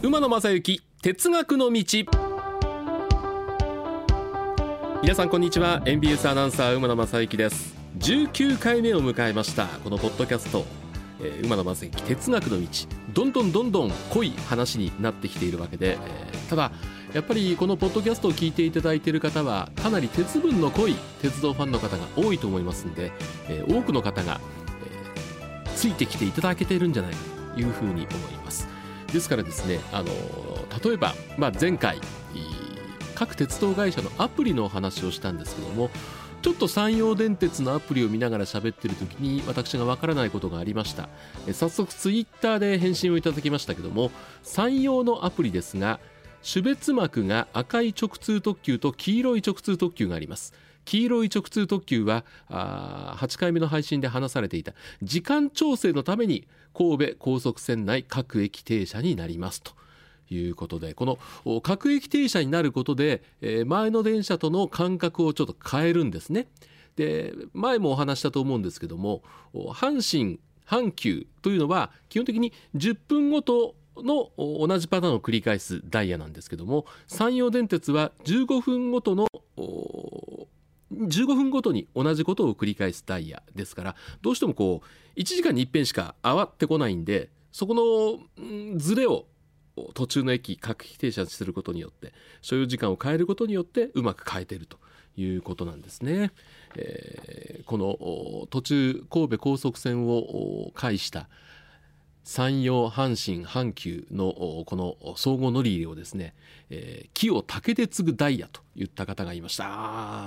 馬野正幸哲学の道。皆さんこんにちは。 NBS アナウンサー馬野正幸です。19回目を迎えましたこのポッドキャスト、馬野正幸哲学の道、どんどん濃い話になってきているわけで、ただやっぱりこのポッドキャストを聞いていただいている方はかなり鉄分の濃い鉄道ファンの方が多いと思いますので、多くの方が、ついてきていただけているんじゃないかというふうに思います。ですからですね、例えば、前回各鉄道会社のアプリのお話をしたんですけども、ちょっと山陽電鉄のアプリを見ながら喋っている時に私がわからないことがありました。早速ツイッターで返信をいただきましたけども、山陽のアプリですが種別幕が赤い直通特急と黄色い直通特急があります。黄色い直通特急は8回目の配信で話されていた時間調整のために神戸高速線内各駅停車になりますということで、この各駅停車になることで前の電車との間隔をちょっと変えるんですね。で、前もお話したと思うんですけども、阪神阪急というのは基本的に10分ごとの同じパターンを繰り返すダイヤなんですけども、山陽電鉄は15分ごとに同じことを繰り返すダイヤですから、どうしても1時間に一遍しか上がってこないんで、そこのズレを途中の駅各駅停車することによって、所要時間を変えることによってうまく変えているということなんですね。この途中神戸高速線を介した山陽阪神阪急のこの相互乗り入れをですね、木を竹で継ぐダイヤと言った方がいました。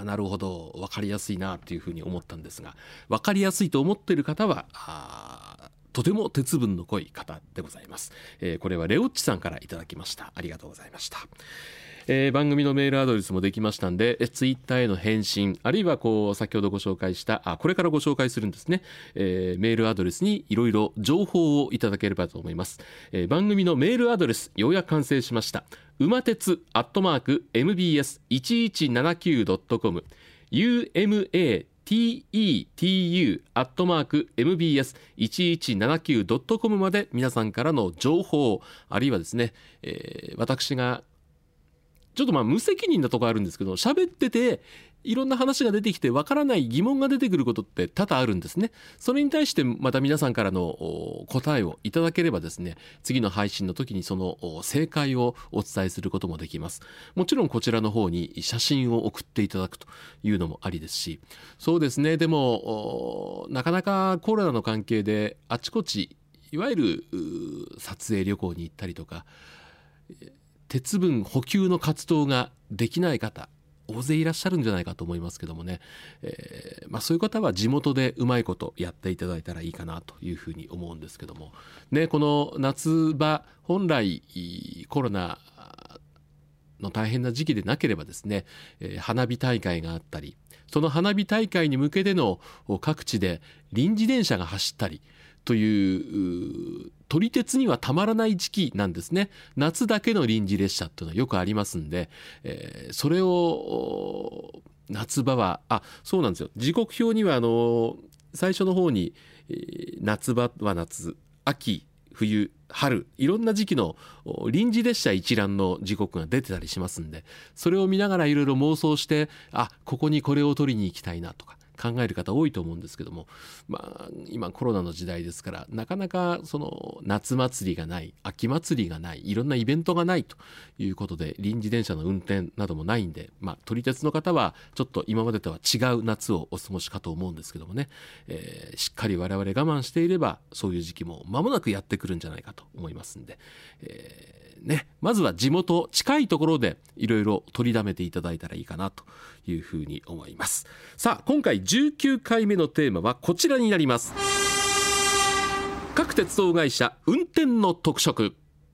なるほど、分かりやすいなというふうに思ったんですが、分かりやすいと思っている方はとても鉄分の濃い方でございます。これはレオッチさんからいただきました。ありがとうございました。番組のメールアドレスもできましたんで、ツイッターへの返信、あるいは先ほどご紹介したこれからご紹介するんですね、メールアドレスにいろいろ情報をいただければと思います。番組のメールアドレスようやく完成しました。馬鉄@mbs1179.com umatetu@mbs1179.com まで皆さんからの情報、あるいはですね、私がちょっと無責任なところあるんですけど、喋ってていろんな話が出てきてわからない疑問が出てくることって多々あるんですね。それに対してまた皆さんからの答えをいただければですね、次の配信の時にその正解をお伝えすることもできます。もちろんこちらの方に写真を送っていただくというのもありですし、そうですね、でもなかなかコロナの関係であちこちいわゆる撮影旅行に行ったりとか鉄分補給の活動ができない方大勢いらっしゃるんじゃないかと思いますけどもね、そういう方は地元でうまいことやっていただいたらいいかなというふうに思うんですけどもね。この夏場本来コロナの大変な時期でなければですね、花火大会があったり、その花火大会に向けての各地で臨時電車が走ったりという撮り鉄にはたまらない時期なんですね。夏だけの臨時列車っていうのはよくありますんで、それを夏場はそうなんですよ。時刻表には最初の方に、夏場は夏、秋、冬、春、いろんな時期の臨時列車一覧の時刻が出てたりしますんで、それを見ながらいろいろ妄想して、ここにこれを取りに行きたいなとか考える方多いと思うんですけども、今コロナの時代ですからなかなかその夏祭りがない、秋祭りがない、いろんなイベントがないということで臨時電車の運転などもないんで、撮り鉄の方はちょっと今までとは違う夏をお過ごしかと思うんですけどもね、しっかり我々我慢していればそういう時期も間もなくやってくるんじゃないかと思いますんで、まずは地元近いところでいろいろ取りだめていただいたらいいかなというふうに思います。さあ、今回19回目のテーマはこちらになります。各鉄道会社運転の特色。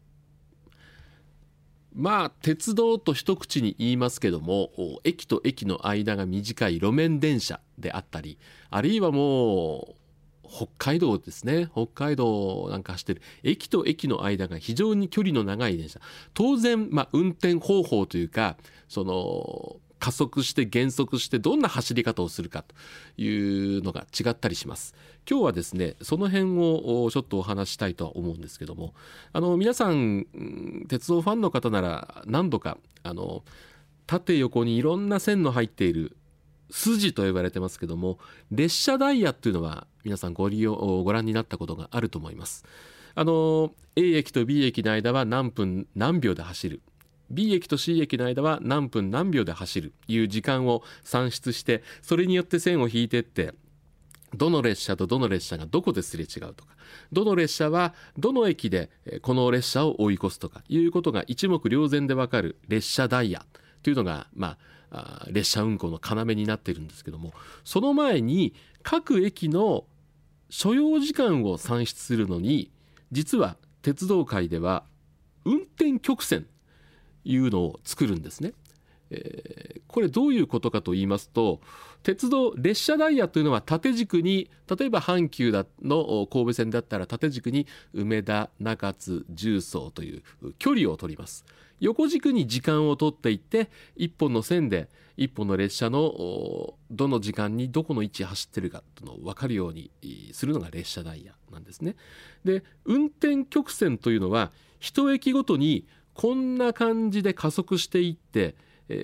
鉄道と一口に言いますけども、駅と駅の間が短い路面電車であったり、あるいはもう北海道ですね、北海道なんか走ってる駅と駅の間が非常に距離の長い電車、当然運転方法というかその加速して減速してどんな走り方をするかというのが違ったりします。今日はですねその辺をちょっとお話したいとは思うんですけども、皆さん鉄道ファンの方なら何度か縦横にいろんな線の入っている筋と呼ばれてますけども、列車ダイヤっていうのは皆さんご覧になったことがあると思います。A 駅と B 駅の間は何分何秒で走る、 B 駅と C 駅の間は何分何秒で走るいう時間を算出して、それによって線を引いていって、どの列車とどの列車がどこですれ違うとか、どの列車はどの駅でこの列車を追い越すとかいうことが一目瞭然でわかる列車ダイヤというのが、列車運行の要になっているんですけども、その前に各駅の所要時間を算出するのに、実は鉄道界では運転曲線いうのを作るんですね。これどういうことかと言いますと、列車ダイヤというのは縦軸に、例えば阪急の神戸線だったら縦軸に梅田、中津、十三という距離を取ります。横軸に時間を取っていって、一本の線で一本の列車のどの時間にどこの位置走ってるかというのを分かるようにするのが列車ダイヤなんですね。で、運転曲線というのは一駅ごとにこんな感じで加速していって、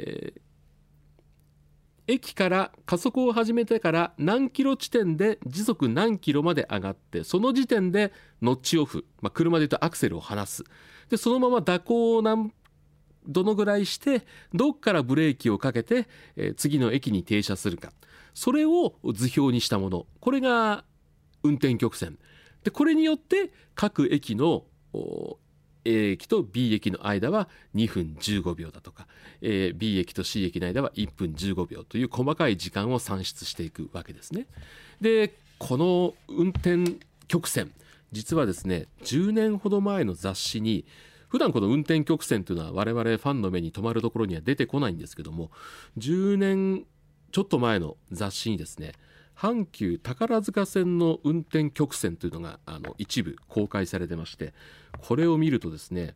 駅から加速を始めてから何キロ地点で時速何キロまで上がって、その時点でノッチオフ、車でいうとアクセルを離す。でそのまま蛇行をどのぐらいしてどっからブレーキをかけて、次の駅に停車するか、それを図表にしたもの、これが運転曲線で、これによって各駅のA 駅と B 駅の間は2分15秒だとか、B 駅と C 駅の間は1分15秒という細かい時間を算出していくわけですね。でこの運転曲線、実はですね10年ほど前の雑誌に、普段この運転曲線というのは我々ファンの目に留まるところには出てこないんですけども、10年ちょっと前の雑誌にですね、阪急宝塚線の運転曲線というのが一部公開されてまして、これを見るとですね、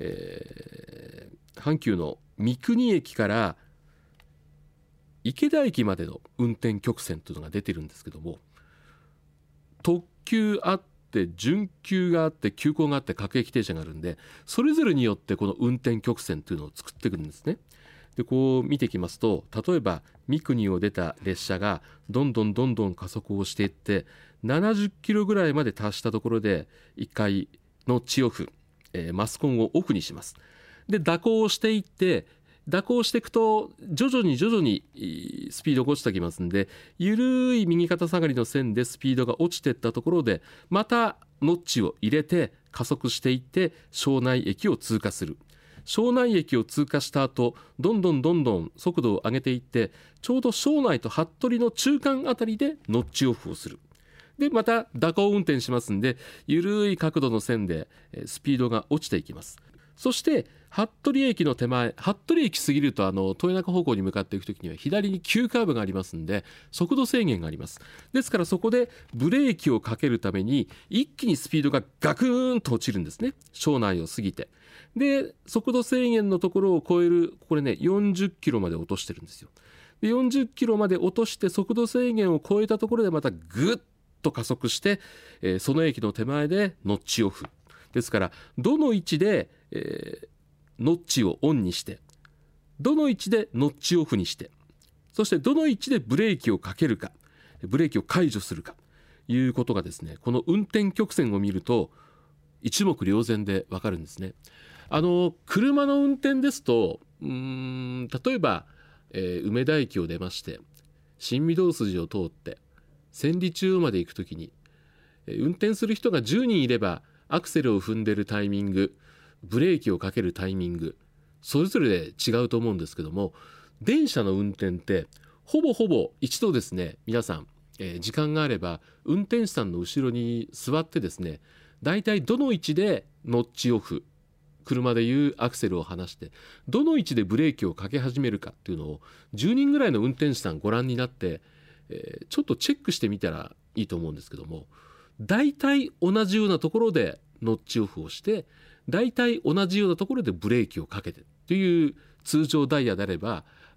阪急の三国駅から池田駅までの運転曲線というのが出てるんですけども、特急あって準急があって急行があって各駅停車があるんで、それぞれによってこの運転曲線というのを作っていくんですね。でこう見てきますと、例えば三国を出た列車がどんどん加速をしていって70キロぐらいまで達したところで1回ノッチオフ、マスコンをオフにします。で蛇行をしていって蛇行していくと徐々にスピードが落ちてきますんで、緩い右肩下がりの線でスピードが落ちていったところでまたノッチを入れて加速していって庄内駅を通過する。庄内駅を通過した後どんどん速度を上げていって、ちょうど庄内と服部の中間あたりでノッチオフをする。でまた蛇行運転しますんで、緩い角度の線でスピードが落ちていきます。そして服部駅の手前、服部駅過ぎると豊中方向に向かっていくときには左に急カーブがありますんで速度制限があります。ですからそこでブレーキをかけるために一気にスピードがガクーンと落ちるんですね、庄内を過ぎて。で速度制限のところを超える、これね40キロまで落としてるんですよ。で40キロまで落として速度制限を超えたところでまたグッと加速して、その駅の手前でノッチオフですから、どの位置で、ノッチをオンにして、どの位置でノッチオフにして、そしてどの位置でブレーキをかけるか、ブレーキを解除するかいうことがですね、この運転曲線を見ると一目瞭然でわかるんですね。車の運転ですと例えば、梅田駅を出まして新御堂筋を通って千里中央まで行くときに、運転する人が10人いればアクセルを踏んでるタイミング、ブレーキをかけるタイミング、それぞれで違うと思うんですけども、電車の運転ってほぼ一度ですね、皆さん、時間があれば運転手さんの後ろに座ってですね、だいたいどの位置でノッチオフ、車でいうアクセルを離してどの位置でブレーキをかけ始めるかっていうのを10人ぐらいの運転手さんご覧になって、ちょっとチェックしてみたらいいと思うんですけども、だいたい同じようなところでノッチオフをして、だいたい同じようなところでブレーキをかけてという通常ダイヤであれば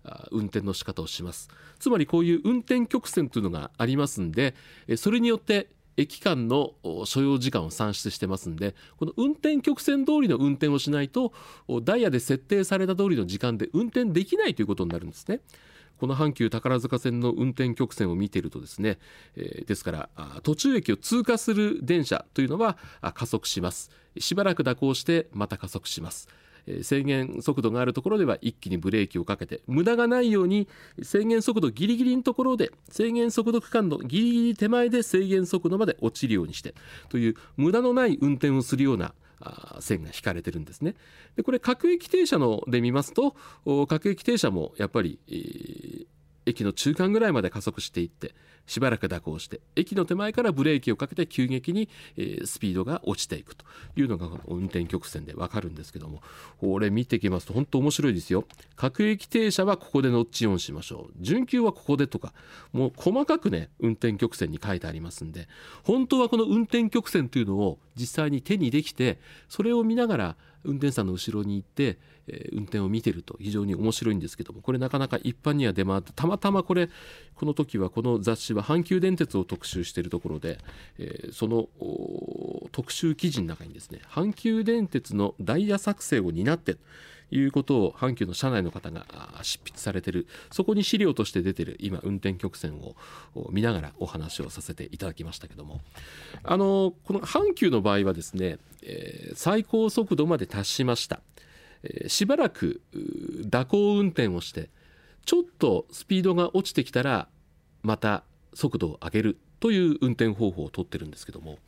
運転の仕方をします。つまりこういう運転曲線というのがありますんで、それによって駅間の所要時間を算出してますんで、この運転曲線通りの運転をしないとダイヤで設定された通りの時間で運転できないということになるんですね。この阪急宝塚線の運転曲線を見ているとですね、ですから途中駅を通過する電車というのは加速します。しばらく蛇行してまた加速します。制限速度があるところでは一気にブレーキをかけて、無駄がないように制限速度ギリギリのところで、制限速度区間のギリギリ手前で制限速度まで落ちるようにしてという無駄のない運転をするような線が引かれてるんですね。でこれ各駅停車ので見ますと、各駅停車もやっぱり、駅の中間ぐらいまで加速していってしばらく蛇行して駅の手前からブレーキをかけて急激に、スピードが落ちていくというのが運転曲線でわかるんですけども、これ見てきますと本当面白いですよ。各駅停車はここでノッチオンしましょう、準急はここでとか、もう細かくね運転曲線に書いてありますんで、本当はこの運転曲線というのを実際に手にできて、それを見ながら運転手さんの後ろに行って、運転を見てると非常に面白いんですけども、これなかなか一般には出回って、たまたまこの時はこの雑誌は阪急電鉄を特集しているところで、その特集記事の中にですね、阪急電鉄のダイヤ作成を担ってということを阪急の社内の方が執筆されている、そこに資料として出ている今運転曲線を見ながらお話をさせていただきましたけども、この阪急の場合はですね、最高速度まで達しました。しばらく蛇行運転をしてちょっとスピードが落ちてきたらまた速度を上げるという運転方法をとってるんですけども、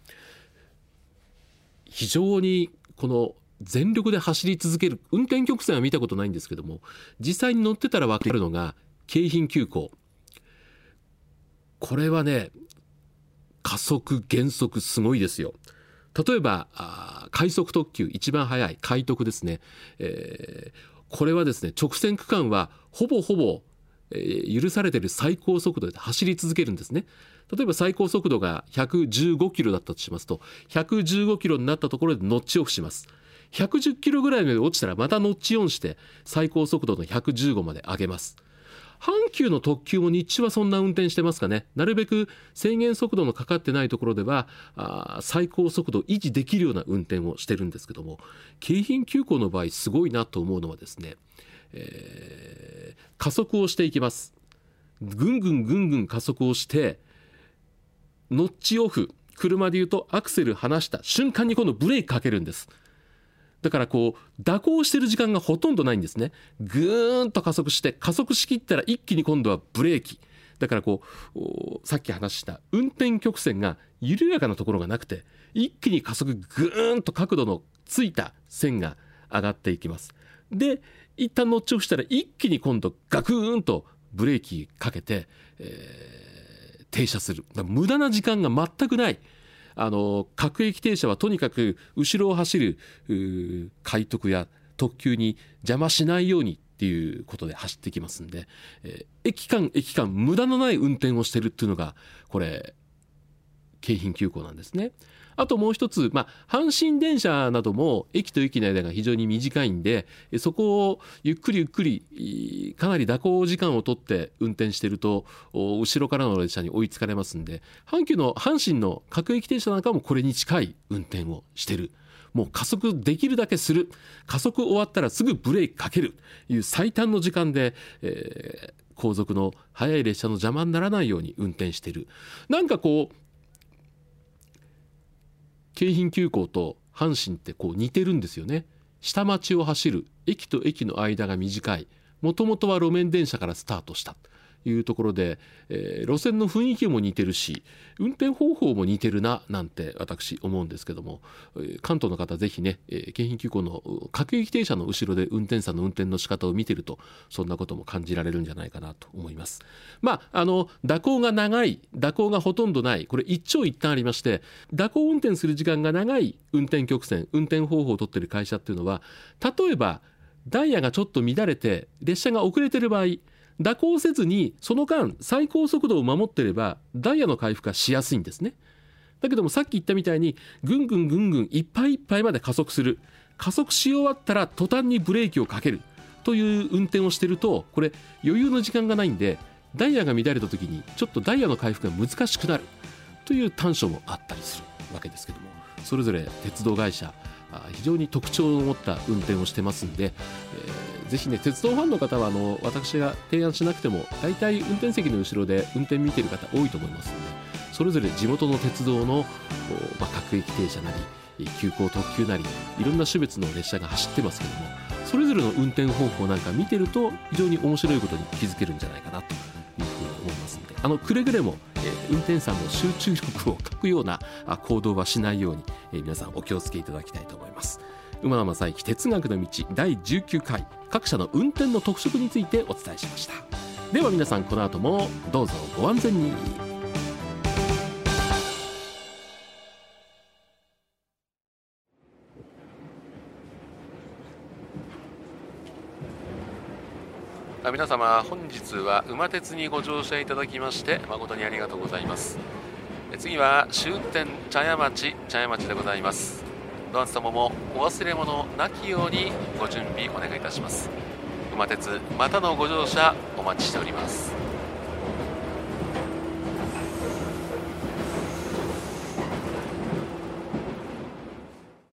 非常にこの全力で走り続ける運転曲線は見たことないんですけども、実際に乗ってたら分かるのが京浜急行。これはね加速減速すごいですよ。例えば快速特急一番速い快特ですね、これはですね直線区間はほぼ許されている最高速度で走り続けるんですね。例えば最高速度が115キロだったとしますと、115キロになったところでノッチオフします。110キロぐらいまで落ちたらまたノッチオンして最高速度の115まで上げます。阪急の特急も日中はそんな運転してますかね。なるべく制限速度のかかってないところでは最高速度を維持できるような運転をしてるんですけども、京浜急行の場合すごいなと思うのはですね、加速をしていきます。ぐんぐん加速をしてノッチオフ、車でいうとアクセル離した瞬間に今度ブレーキかけるんです。だからこう蛇行してる時間がほとんどないんですね。ぐーんと加速して加速しきったら一気に今度はブレーキ。だからこうさっき話した運転曲線が緩やかなところがなくて、一気に加速ぐーんと角度のついた線が上がっていきます。で一旦ノッチオフしたら一気に今度ガクーンとブレーキかけて、停車する。だから無駄な時間が全くない。各駅停車はとにかく後ろを走る快特や特急に邪魔しないようにっていうことで走ってきますんで、駅間無駄のない運転をしてるっていうのがこれ京浜急行なんですね。あともう一つ、阪神電車なども駅と駅の間が非常に短いんで、そこをゆっくりかなり蛇行時間をとって運転していると後ろからの列車に追いつかれますんで、阪神の各駅停車なんかもこれに近い運転をしてる。もう加速できるだけする、加速終わったらすぐブレーキかけるという最短の時間で、後続の速い列車の邪魔にならないように運転している。なんかこう京浜急行と阪神ってこう似てるんですよね。下町を走る、駅と駅の間が短い、もともとは路面電車からスタートしたというところで、路線の雰囲気も似てるし運転方法も似てるななんて私思うんですけども、関東の方ぜひね、京浜急行の各駅停車の後ろで運転手さんの運転の仕方を見てるとそんなことも感じられるんじゃないかなと思います。蛇行が長い、蛇行がほとんどない、これ一長一短ありまして、蛇行運転する時間が長い運転曲線、運転方法を取っている会社っていうのは、例えばダイヤがちょっと乱れて列車が遅れている場合、蛇行せずにその間最高速度を守っていればダイヤの回復がしやすいんですね。だけどもさっき言ったみたいにぐんぐんいっぱいいっぱいまで加速する、加速し終わったら途端にブレーキをかけるという運転をしてると、これ余裕の時間がないんで、ダイヤが乱れた時にちょっとダイヤの回復が難しくなるという短所もあったりするわけですけども、それぞれ鉄道会社非常に特徴を持った運転をしてますんで、ぜひね、鉄道ファンの方は私が提案しなくても大体運転席の後ろで運転見てる方多いと思いますので、それぞれ地元の鉄道の各駅停車なり急行特急なりいろんな種別の列車が走ってますけども、それぞれの運転方法なんか見てると非常に面白いことに気づけるんじゃないかなというふうに思いますので、くれぐれも運転手さんの集中力を欠くような行動はしないように皆さんお気をつけいただきたいと思います。馬野正幸哲学の道第19回、各社の運転の特色についてお伝えしました。では皆さん、この後もどうぞご安全に。皆様、本日は馬鉄にご乗車いただきまして誠にありがとうございます。次は終点茶屋町でございます。どなた様もお忘れ物なきようにご準備お願いいたします。馬鉄またのご乗車お待ちしております。